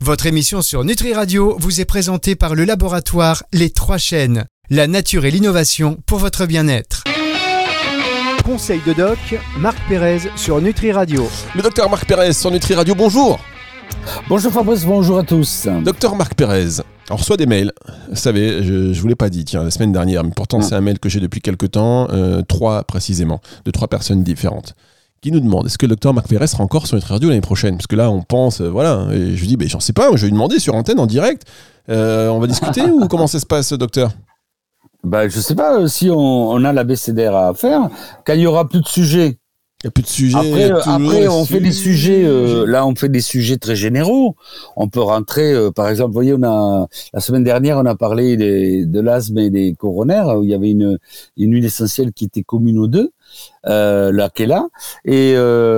Votre émission sur Nutri Radio vous est présentée par le laboratoire Les Trois Chênes. La nature et l'innovation pour votre bien-être. Conseil de doc, Marc Pérez sur Nutri Radio. Le docteur Marc Pérez sur Nutri Radio, bonjour. Bonjour Fabrice, bonjour à tous. Docteur Marc Pérez, on reçoit des mails. Vous savez, je vous l'ai pas dit, tiens, la semaine dernière, mais pourtant c'est un mail que j'ai depuis quelques temps, 3 précisément, de 3 personnes différentes, qui nous demandent, est-ce que le docteur Marc Pérez sera encore sur Nutri Radio l'année prochaine? Parce que là, on pense, voilà, et je lui dis, j'en sais pas, je vais lui demander sur antenne, en direct, on va discuter ou comment ça se passe, docteur? Je sais pas si on a l'abécédaire à faire, quand il y aura plus de sujets. Il n'y a plus de sujets. Après on fait des sujets, là on fait des sujets très généraux. On peut rentrer, par exemple, vous voyez, la semaine dernière, on a parlé de l'asthme et des coronaires, où il y avait une huile essentielle qui était commune aux deux, la Kela. Et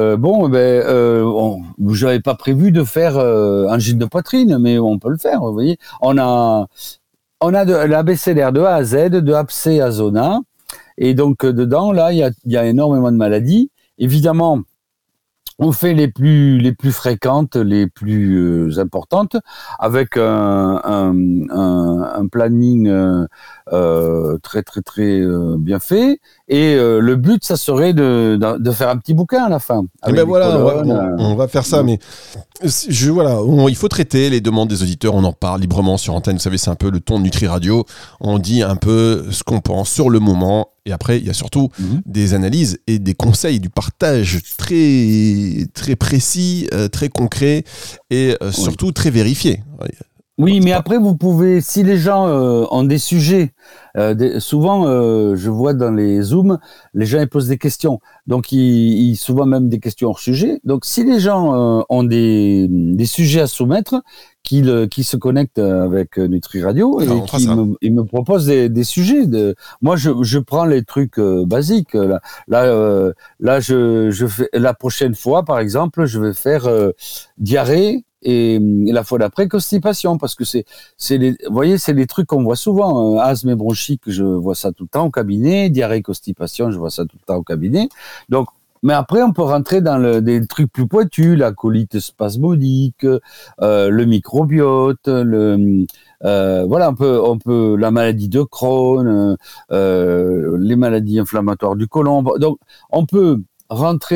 j'avais pas prévu de faire angine de poitrine, mais on peut le faire, vous voyez. On a de l'abécédaire de A à Z, de abcès à zona. Et donc, dedans, là, il y a énormément de maladies. Évidemment, on fait les plus fréquentes, les plus importantes, avec un planning très très très bien fait. Et le but, ça serait de faire un petit bouquin à la fin. On va faire ça, mais il faut traiter les demandes des auditeurs. On en parle librement sur antenne. Vous savez, c'est un peu le ton de Nutri Radio. On dit un peu ce qu'on pense sur le moment. Et après, il y a surtout des analyses et des conseils, du partage très, très précis, très concret et surtout très vérifié. Oui, mais après, vous pouvez, si les gens ont des sujets, souvent, je vois dans les Zooms, les gens ils posent des questions. Donc, souvent même des questions hors sujet. Donc, si les gens ont des sujets à soumettre, qui se connectent avec Nutri Radio et ils me proposent des sujets. Moi, je prends les trucs basiques. Là, je fais la prochaine fois, par exemple, je vais faire diarrhée. Et la fois d'après, constipation, parce que vous voyez, c'est des trucs qu'on voit souvent. Asthme et bronchite, je vois ça tout le temps au cabinet. Diarrhée, constipation, je vois ça tout le temps au cabinet. Donc, mais après, on peut rentrer dans des trucs plus pointus, la colite spasmodique, le microbiote, on peut la maladie de Crohn, les maladies inflammatoires du côlon. Donc, on peut rentrer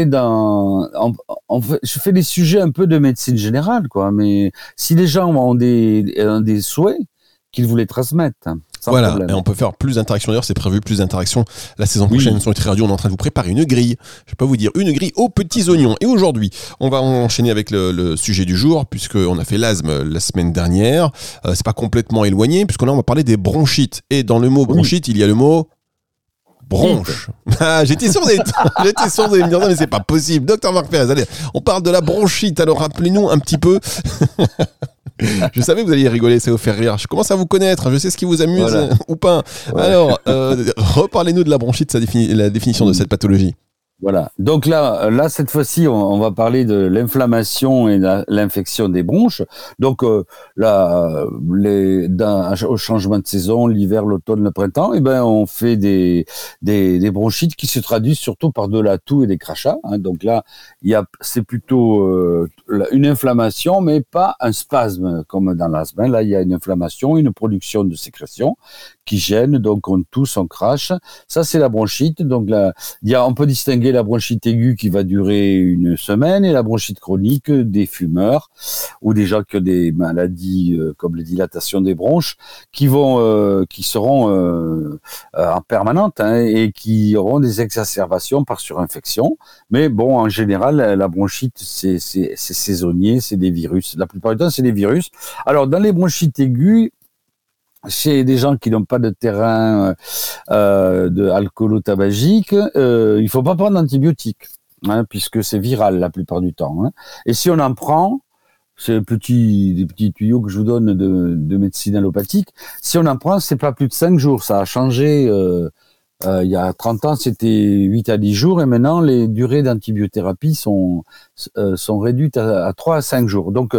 je fais des sujets un peu de médecine générale, quoi. Mais si les gens ont des souhaits, qu'ils vous les transmettent. Voilà, problème. Et on peut faire plus d'interactions. D'ailleurs, c'est prévu plus d'interactions la saison prochaine sur Nutri Radio. On est en train de vous préparer une grille. Je vais pas vous dire une grille aux petits oignons. Et aujourd'hui, on va enchaîner avec le sujet du jour, puisqu'on a fait l'asthme la semaine dernière. C'est pas complètement éloigné, puisqu'on va parler des bronchites. Et dans le mot bronchite, il y a le mot bronche. J'étais sûr de me dire ça, mais c'est pas possible. Docteur Marc Pérez, allez, on parle de la bronchite. Alors rappelez-nous un petit peu. Je savais que vous alliez rigoler, ça vous faire rire. Je commence à vous connaître, je sais ce qui vous amuse ou pas. Ouais. Alors, reparlez-nous de la bronchite, la définition de cette pathologie. Voilà. Donc là, cette fois-ci, on va parler de l'inflammation et de l'infection des bronches. Donc au changement de saison, l'hiver, l'automne, le printemps, on fait des bronchites qui se traduisent surtout par de la toux et des crachats. Hein. Donc là, c'est plutôt une inflammation, mais pas un spasme comme dans l'asthme. Là, il y a une inflammation, une production de sécrétion qui gêne, donc on tousse, on crache. Ça, c'est la bronchite. Donc là, on peut distinguer la bronchite aiguë qui va durer une semaine et la bronchite chronique des fumeurs ou des gens qui ont des maladies comme les dilatations des bronches qui seront en permanente et qui auront des exacerbations par surinfection. Mais bon, en général, la bronchite, c'est saisonnier, c'est des virus. La plupart du temps, c'est des virus. Alors, dans les bronchites aiguës, chez des gens qui n'ont pas de terrain de alcoolo-tabagique, il faut pas prendre d'antibiotiques, puisque c'est viral la plupart du temps. Hein. Et si on en prend, c'est des petits tuyaux que je vous donne de médecine allopathique, si on en prend, c'est pas plus de 5 jours. Ça a changé Il y a 30 ans, c'était 8 à 10 jours et maintenant, les durées d'antibiothérapie sont réduites à 3 à 5 jours. Donc,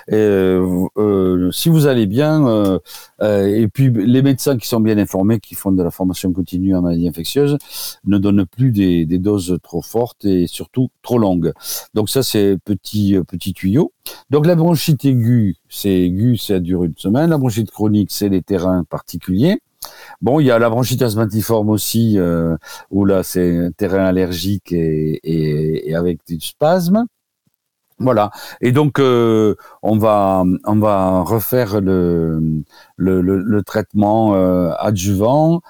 si vous allez bien, et puis les médecins qui sont bien informés, qui font de la formation continue en maladies infectieuses, ne donnent plus des doses trop fortes et surtout trop longues. Donc ça, c'est petit tuyau. Donc la bronchite aiguë, ça dure une semaine. La bronchite chronique, c'est des terrains particuliers. Bon, il y a la bronchite asthmatiforme aussi, où là c'est un terrain allergique et avec du spasme. Voilà. Et donc on va refaire le traitement adjuvant.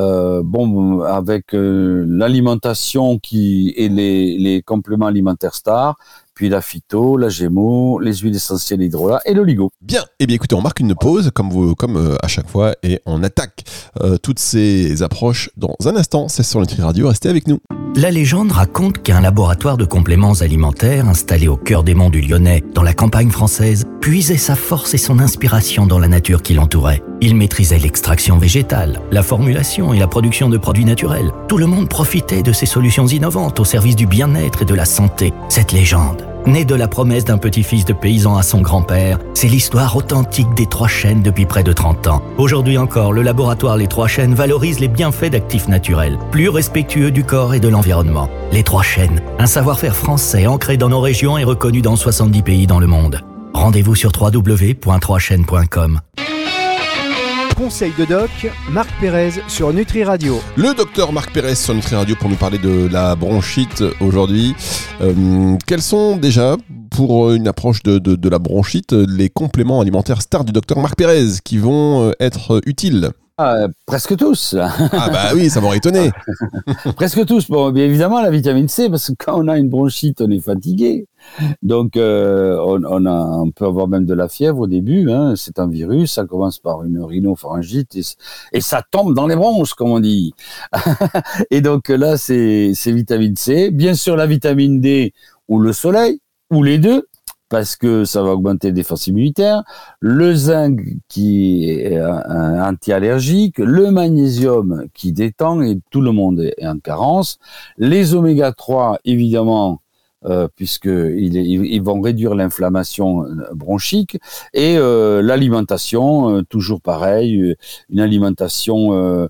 Avec l'alimentation et les compléments alimentaires stars, puis la phyto, la gémo, les huiles essentielles hydrolat et l'oligo. Bien, eh bien écoutez, on marque une pause comme à chaque fois et on attaque toutes ces approches dans un instant. C'est sur Nutri Radio, restez avec nous. La légende raconte qu'un laboratoire de compléments alimentaires installé au cœur des monts du Lyonnais, dans la campagne française, puisait sa force et son inspiration dans la nature qui l'entourait. Il maîtrisait l'extraction végétale, la formulation et la production de produits naturels. Tout le monde profitait de ces solutions innovantes au service du bien-être et de la santé. Cette légende, née de la promesse d'un petit-fils de paysan à son grand-père, c'est l'histoire authentique des Trois Chênes depuis près de 30 ans. Aujourd'hui encore, le laboratoire Les Trois Chênes valorise les bienfaits d'actifs naturels, plus respectueux du corps et de l'environnement. Les Trois Chênes, un savoir-faire français ancré dans nos régions et reconnu dans 70 pays dans le monde. Rendez-vous sur www.3chaînes.com. Conseil de doc, Marc Pérez sur Nutri Radio. Le docteur Marc Pérez sur Nutri Radio pour nous parler de la bronchite aujourd'hui. Quels sont déjà, pour une approche de la bronchite, les compléments alimentaires stars du docteur Marc Pérez qui vont être utiles ? Presque tous. Ah bah oui, ça m'aurait étonné. Presque tous. Bon, bien évidemment, la vitamine C, parce que quand on a une bronchite, on est fatigué. Donc, on peut avoir même de la fièvre au début. Hein. C'est un virus, ça commence par une rhinopharyngite et ça tombe dans les bronches, comme on dit. Et donc là, c'est vitamine C. Bien sûr, la vitamine D ou le soleil, ou les deux, parce que ça va augmenter la défense immunitaire, le zinc qui est anti-allergique, le magnésium qui détend et tout le monde est en carence, les oméga 3 évidemment, puisqu'ils vont réduire l'inflammation bronchique, et l'alimentation, toujours pareil, une alimentation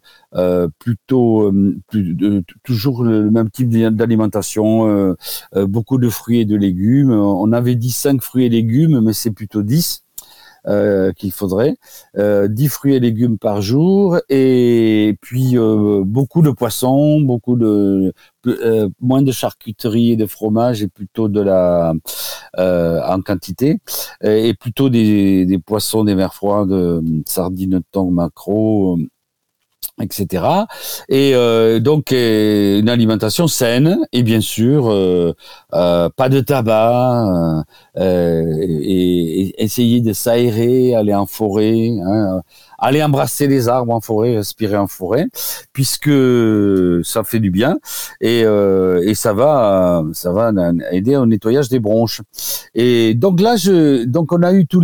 toujours le même type d'alimentation, beaucoup de fruits et de légumes. On avait dit 5 fruits et légumes, mais c'est plutôt 10 qu'il faudrait. 10 fruits et légumes par jour, et puis beaucoup de poissons, moins de charcuterie et de fromage, et plutôt en quantité, et plutôt des poissons, des mers froides, sardines, thon, maquereau, etc. Et donc une alimentation saine, et bien sûr pas de tabac, et essayer de s'aérer, aller en forêt, aller embrasser les arbres en forêt, respirer en forêt, puisque ça fait du bien, et ça va aider au nettoyage des bronches. Et donc là, on a eu tous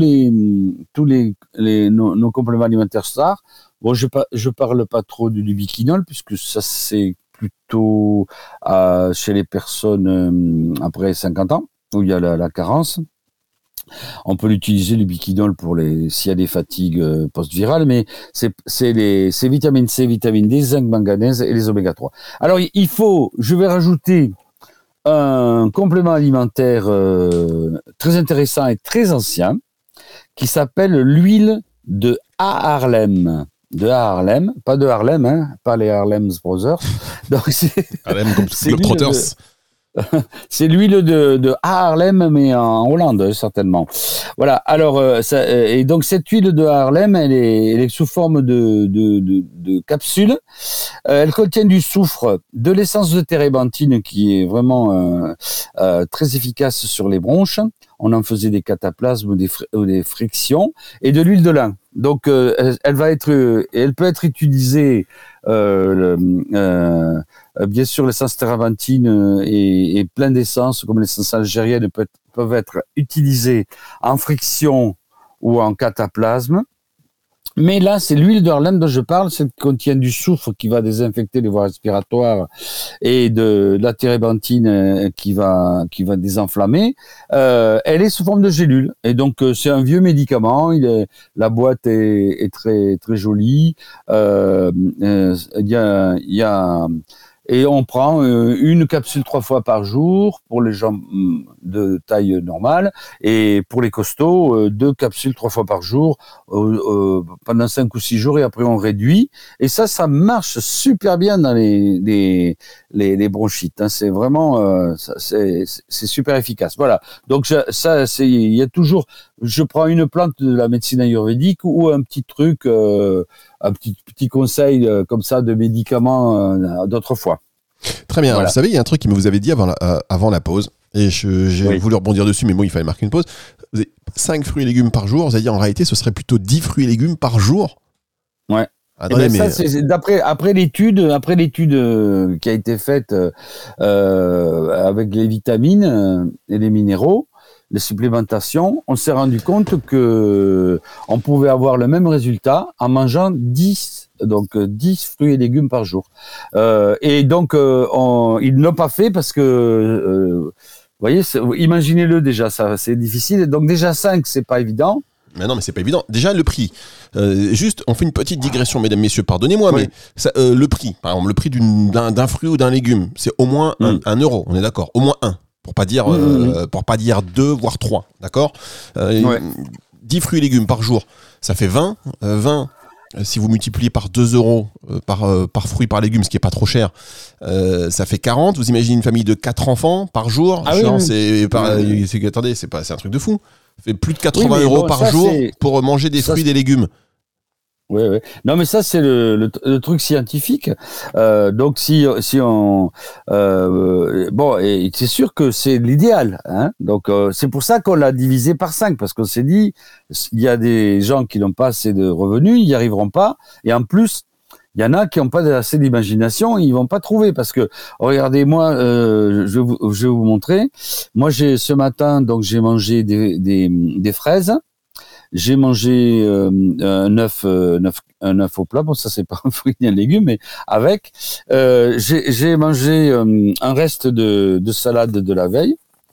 nos compléments alimentaires stars. Bon, je parle pas trop du biquinol, puisque ça c'est plutôt chez les personnes après 50 ans, où il y a la carence. On peut l'utiliser, le biquinol, s'il y a des fatigues post-virales, mais c'est vitamine C, vitamine D, zinc, manganèse et les oméga 3. Alors je vais rajouter un complément alimentaire très intéressant et très ancien, qui s'appelle l'huile de Haarlem. De Haarlem, pas de Harlem, hein, pas les Harlem Brothers. Donc Harlem Globetrotters. C'est l'huile de Haarlem, mais en Hollande, certainement. Voilà. Alors, et donc cette huile de Haarlem, elle est sous forme de capsule. Elle contient du soufre, de l'essence de térébenthine, qui est vraiment très efficace sur les bronches. On en faisait des cataplasmes ou des frictions, et de l'huile de lin. Donc, elle peut être utilisée, bien sûr, l'essence térébenthine et plein d'essences, comme l'essence algérienne, peuvent être utilisées en friction ou en cataplasme. Mais là, c'est l'huile d'Orlane dont je parle, celle qui contient du soufre qui va désinfecter les voies respiratoires et de la térébenthine qui va désenflammer. Elle est sous forme de gélule et donc c'est un vieux médicament. La boîte est très très jolie. Et on prend une capsule 3 fois par jour pour les gens de taille normale et pour les costauds, 2 capsules 3 fois par jour pendant 5 ou 6 jours et après on réduit. Et ça marche super bien dans les bronchites. Hein. C'est vraiment, c'est super efficace. Voilà. Donc il y a toujours, je prends une plante de la médecine ayurvédique ou un petit truc, un petit conseil comme ça de médicaments d'autrefois. Très bien. Voilà. Vous savez, il y a un truc que vous avez dit avant la pause, et j'ai voulu rebondir dessus, mais bon, il fallait marquer une pause. Vous avez 5 fruits et légumes par jour, vous avez dit en réalité, ce serait plutôt 10 fruits et légumes par jour. Ouais. Attendez, ça, c'est après l'étude qui a été faite avec les vitamines et les minéraux, les supplémentations, on s'est rendu compte que on pouvait avoir le même résultat en mangeant 10 fruits et légumes par jour. Et donc ils ne l'ont pas fait parce que vous voyez, imaginez-le déjà, ça c'est difficile. Donc déjà 5, c'est pas évident. Mais non, mais c'est pas évident. Déjà, le prix. Juste, on fait une petite digression, mesdames, messieurs, pardonnez-moi, oui. Mais ça, le prix, par exemple, le prix d'un fruit ou d'un légume, c'est au moins 1 euro, on est d'accord. Au moins 1. Pour pas dire 2, voire 3, d'accord 10 fruits et légumes par jour, ça fait 20. 20, si vous multipliez par 2 euros par fruit, par légume, ce qui est pas trop cher, ça fait 40. Vous imaginez une famille de 4 enfants par jour. Attendez, c'est un truc de fou. Ça fait plus de 80 euros par jour pour manger des fruits et des légumes. Oui. Non, mais ça c'est le truc scientifique. Donc si on et c'est sûr que c'est l'idéal. Hein. Donc c'est pour ça qu'on l'a divisé par 5 parce qu'on s'est dit il y a des gens qui n'ont pas assez de revenus, ils n'y arriveront pas. Et en plus, il y en a qui n'ont pas assez d'imagination, ils vont pas trouver parce que regardez moi, je vais vous montrer. Moi ce matin donc j'ai mangé des fraises. J'ai mangé un œuf au plat. Bon, ça c'est pas un fruit ni un légume, mais avec. J'ai mangé un reste de salade de la veille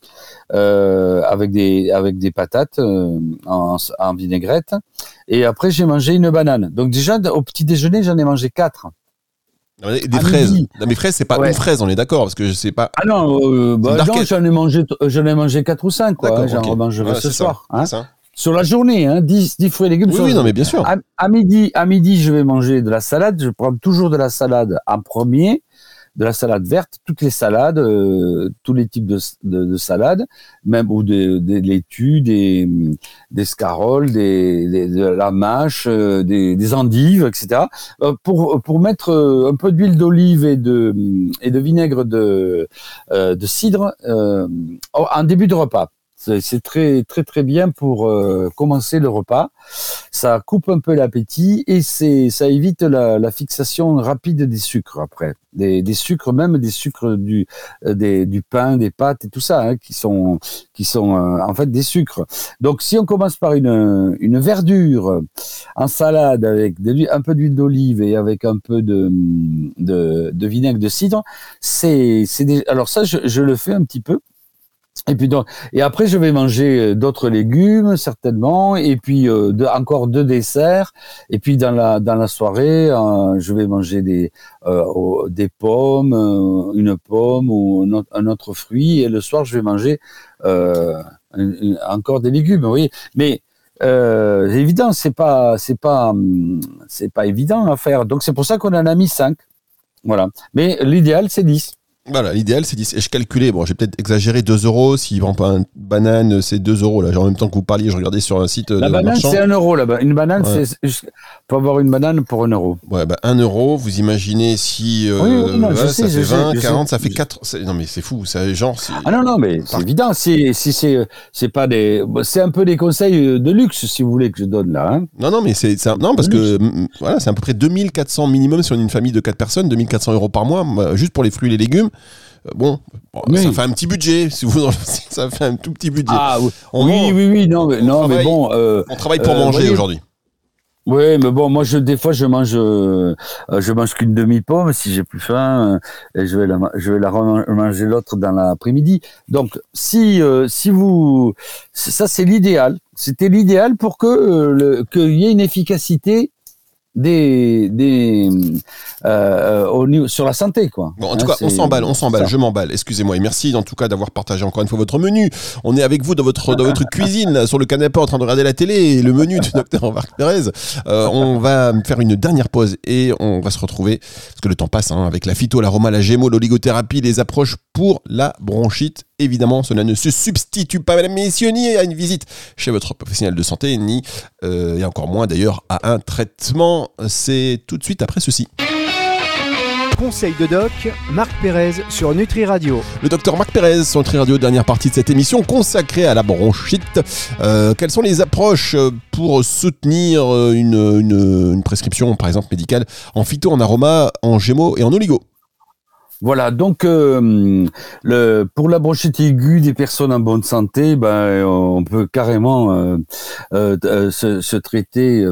avec des patates en vinaigrette. Et après j'ai mangé une banane. Donc déjà au petit déjeuner j'en ai mangé 4. Des fraises. Non, mais fraises, c'est pas une fraise, on est d'accord, parce que je sais pas. Ah non, j'en ai mangé 4 ou 5, quoi. Hein, j'en remangerai ce soir. Hein. Sur la journée, 10 fruits et légumes. Oui, non, mais bien sûr. À midi, je vais manger de la salade. Je prends toujours de la salade en premier, de la salade verte, toutes les salades, tous les types de salades, même ou des laitues, des scaroles, de la mâche, des endives, etc. Pour mettre un peu d'huile d'olive et de vinaigre de cidre en début de repas. C'est très très très bien pour commencer le repas. Ça coupe un peu l'appétit et ça évite la fixation rapide des sucres après. Des sucres, même des sucres du pain, des pâtes et tout ça, hein, qui sont en fait des sucres. Donc si on commence par une verdure en salade avec un peu d'huile d'olive et avec un peu de vinaigre de cidre, alors ça je le fais un petit peu. Et après je vais manger d'autres légumes certainement et puis encore 2 desserts et puis dans la soirée je vais manger des pommes, une pomme ou un autre fruit et le soir je vais manger encore des légumes, vous voyez. Mais évident, c'est pas évident à faire. Donc c'est pour ça qu'on en a mis 5. Voilà. Mais l'idéal c'est 10. Voilà, l'idéal c'est 10. Et je calculais, bon, j'ai peut-être exagéré 2 euros. S'il vend pas une banane, c'est 2 euros. Là, en même temps que vous parliez, je regardais sur un site. La banane, marchand. C'est 1 euro là-bas. Une banane, faut avoir une banane pour 1 euro. Ouais, 1 euro. Vous imaginez si. Ça fait 20, 40, ça fait 4. Non, mais c'est fou. Ça, genre. Ah non, mais c'est évident. Si c'est pas des. C'est un peu des conseils de luxe, si vous voulez, que je donne là. Hein. Non, mais non, parce que voilà, c'est à peu près 2400 minimum si on est une famille de 4 personnes, 2400 euros par mois, juste pour les fruits et les légumes. Ça fait un petit budget, ça fait un tout petit budget. Ah oui, non, mais bon. On travaille pour manger aujourd'hui. Oui, mais bon, moi, des fois, je mange qu'une demi-pomme si j'ai plus faim, et je vais la remanger l'autre dans l'après-midi. Donc, ça, c'est l'idéal. C'était l'idéal pour qu'il y ait une efficacité sur la santé, quoi. Bon, en tout cas, on s'emballe, je m'emballe. Excusez-moi et merci en tout cas d'avoir partagé encore une fois votre menu. On est avec vous dans votre cuisine, là, sur le canapé, en train de regarder la télé et le menu du docteur Marc Pérez. On va faire une dernière pause et on va se retrouver parce que le temps passe, hein, avec la phyto, l'aroma, la gémo, l'oligothérapie, les approches pour la bronchite. Évidemment, cela ne se substitue pas, mesdames et messieurs, ni à une visite chez votre professionnel de santé, ni et encore moins d'ailleurs à un traitement. C'est tout de suite après ceci. Conseil de doc, Marc Pérez sur Nutri Radio. Le docteur Marc Pérez sur Nutri Radio, dernière partie de cette émission consacrée à la bronchite. Quelles sont les approches pour soutenir une prescription, par exemple médicale, en phyto, en aroma, en gémo et en oligo? Voilà, donc pour la bronchite aiguë des personnes en bonne santé, on peut carrément se traiter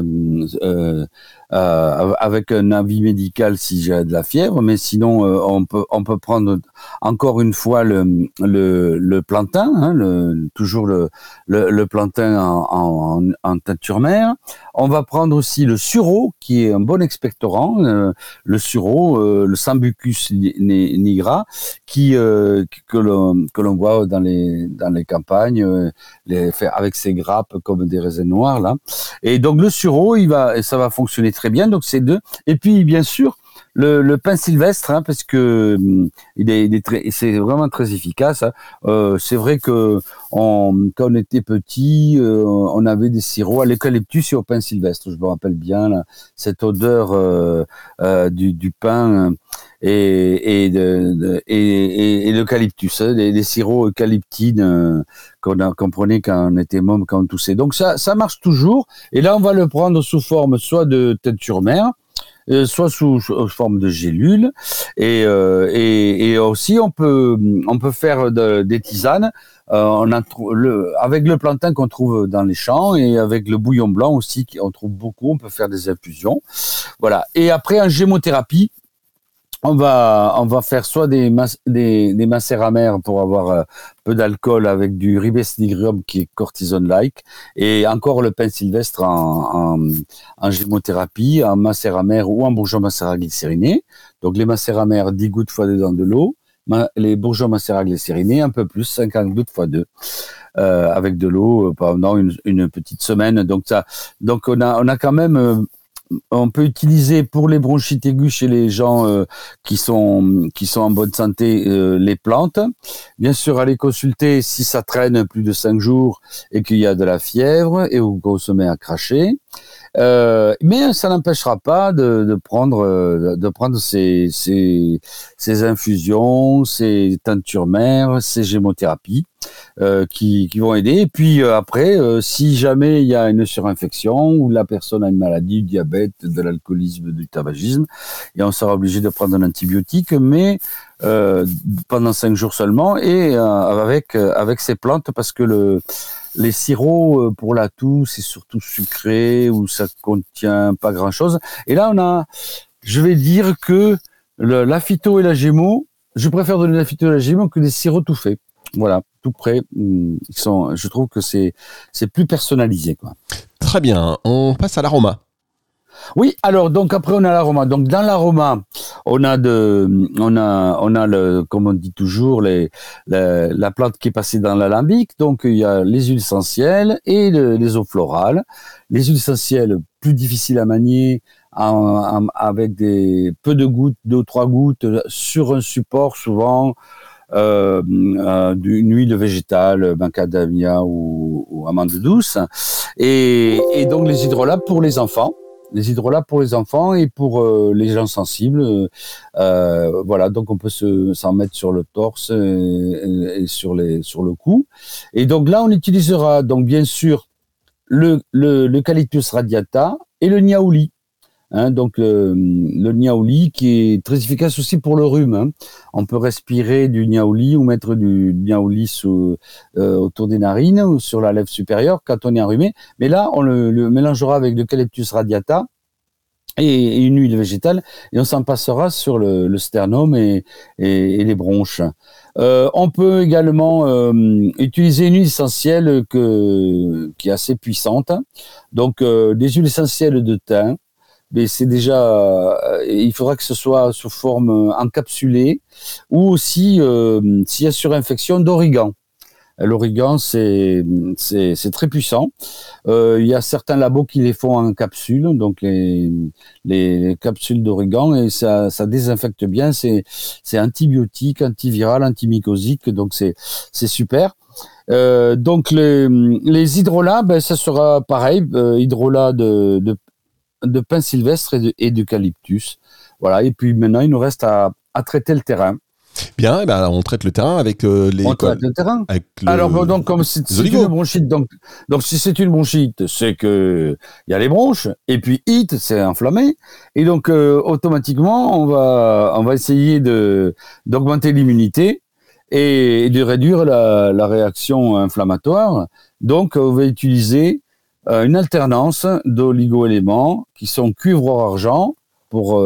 avec un avis médical si j'ai de la fièvre, mais sinon on peut prendre encore une fois le plantain, hein, toujours le plantain en teinture mère. On va prendre aussi le sureau qui est un bon expectorant, le sureau, le Sambucus nigra que l'on voit dans les campagnes, avec ses grappes comme des raisins noirs là. Et donc le sureau, ça va fonctionner très bien. Donc c'est deux. Et puis bien sûr le pin sylvestre, hein, parce que c'est vraiment très efficace. Hein. C'est vrai que quand on était petit, on avait des sirops à l'eucalyptus et au pin sylvestre. Je me rappelle bien là, cette odeur du pin et l'eucalyptus, hein, les sirops eucalyptines qu'on prenait quand on était môme, quand on toussait. Donc ça marche toujours. Et là, on va le prendre sous forme soit de teinture mère, soit sous forme de gélule, et aussi on peut faire des tisanes. Avec le plantain qu'on trouve dans les champs et avec le bouillon blanc aussi qu'on trouve beaucoup, on peut faire des infusions. Voilà. Et après en gémothérapie, on va faire soit des macères amères pour avoir peu d'alcool avec du ribes nigrium qui est cortisone-like, et encore le pin sylvestre en gémothérapie, en macère amère ou en bourgeon macérat glycériné. Donc les macères amères 10 gouttes fois 2 dans de l'eau, les bourgeons macérat glycériné un peu plus, 50 gouttes fois 2. Avec de l'eau pendant une petite semaine. Donc on a quand même on peut utiliser pour les bronchites aiguës chez les gens qui sont en bonne santé les plantes. Bien sûr, aller consulter si ça traîne plus de 5 jours et qu'il y a de la fièvre et qu'on se met à cracher. Mais ça n'empêchera pas de prendre ces infusions, ces teintures mères, ces gémothérapies qui vont aider. Et puis après, si jamais il y a une surinfection ou la personne a une maladie, du diabète, de l'alcoolisme, du tabagisme, et on sera obligé de prendre un antibiotique, mais pendant 5 jours seulement, et avec ces plantes, parce que les sirops pour la toux, c'est surtout sucré ou ça contient pas grand-chose. Et là, je vais dire que la phyto et la gémo, je préfère donner la phyto et la gémo que des sirops tout faits. Voilà, tout prêt. Je trouve que c'est plus personnalisé, quoi. Très bien. On passe à l'aroma. Oui, alors donc après on a l'aroma. Donc dans l'aroma, on a comme on dit toujours la plante qui est passée dans l'alambic. Donc il y a les huiles essentielles et les eaux florales. Les huiles essentielles plus difficiles à manier avec peu de gouttes, 2 ou 3 gouttes sur un support souvent. D'une huile végétale, macadamia ou amande douce, et donc les hydrolats pour les enfants. Les hydrolats pour les enfants et pour les gens sensibles. Voilà, donc on peut s'en mettre sur le torse et sur le cou. Et donc là, on utilisera donc bien sûr l'eucalyptus radiata et le niaouli. Donc le niaouli qui est très efficace aussi pour le rhume. On peut respirer du niaouli ou mettre du niaouli autour des narines ou sur la lèvre supérieure quand on est enrhumé. Mais là, on le mélangera avec de l'Eucalyptus radiata et une huile végétale, et on s'en passera sur le sternum et les bronches. On peut également utiliser une huile essentielle qui est assez puissante. Donc des huiles essentielles de thym, mais c'est déjà, il faudra que ce soit sous forme encapsulée, ou aussi s'il y a surinfection d'origan. L'origan, c'est très puissant. Il y a certains labos qui les font en capsules, donc les capsules d'origan, et ça désinfecte bien. C'est antibiotique, antiviral, antimycosique, donc c'est super. Donc les hydrolats, ça sera pareil, hydrolats de pin sylvestre et d'eucalyptus. Voilà. Et puis maintenant, il nous reste à traiter le terrain. Bien, on traite le terrain avec on traite le terrain. Alors donc comme c'est une bronchite, donc si c'est une bronchite, c'est que il y a les bronches, et puis it, c'est inflammé, et donc automatiquement on va essayer d'augmenter l'immunité et de réduire la réaction inflammatoire. Donc on va utiliser une alternance d'oligo-éléments qui sont cuivre, or, argent pour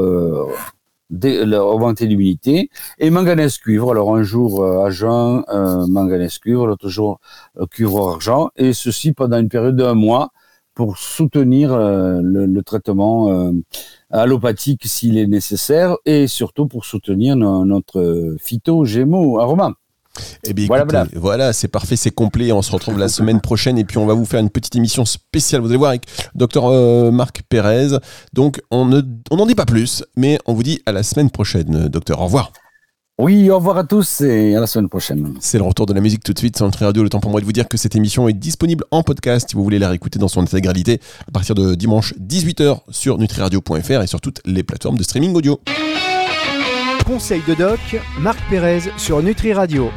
augmenter l'immunité, et manganèse cuivre. Alors un jour à jeun, manganèse cuivre, l'autre jour cuivre argent, et ceci pendant une période d'1 mois pour soutenir le traitement allopathique s'il est nécessaire, et surtout pour soutenir notre phyto, gémeaux, aroma. Eh bien, écoutez, voilà, c'est parfait, c'est complet. On se retrouve la semaine prochaine, et puis on va vous faire une petite émission spéciale, vous allez voir, avec Dr Marc Pérez. Donc on n'en dit pas plus, mais on vous dit à la semaine prochaine, docteur. Au revoir. Oui, au revoir à tous et à la semaine prochaine. C'est le retour de la musique tout de suite sur Nutri Radio. Le temps pour moi de vous dire que cette émission est disponible en podcast si vous voulez la réécouter dans son intégralité à partir de dimanche 18h sur nutriradio.fr et sur toutes les plateformes de streaming audio. Conseil de doc, Marc Pérez sur Nutri Radio.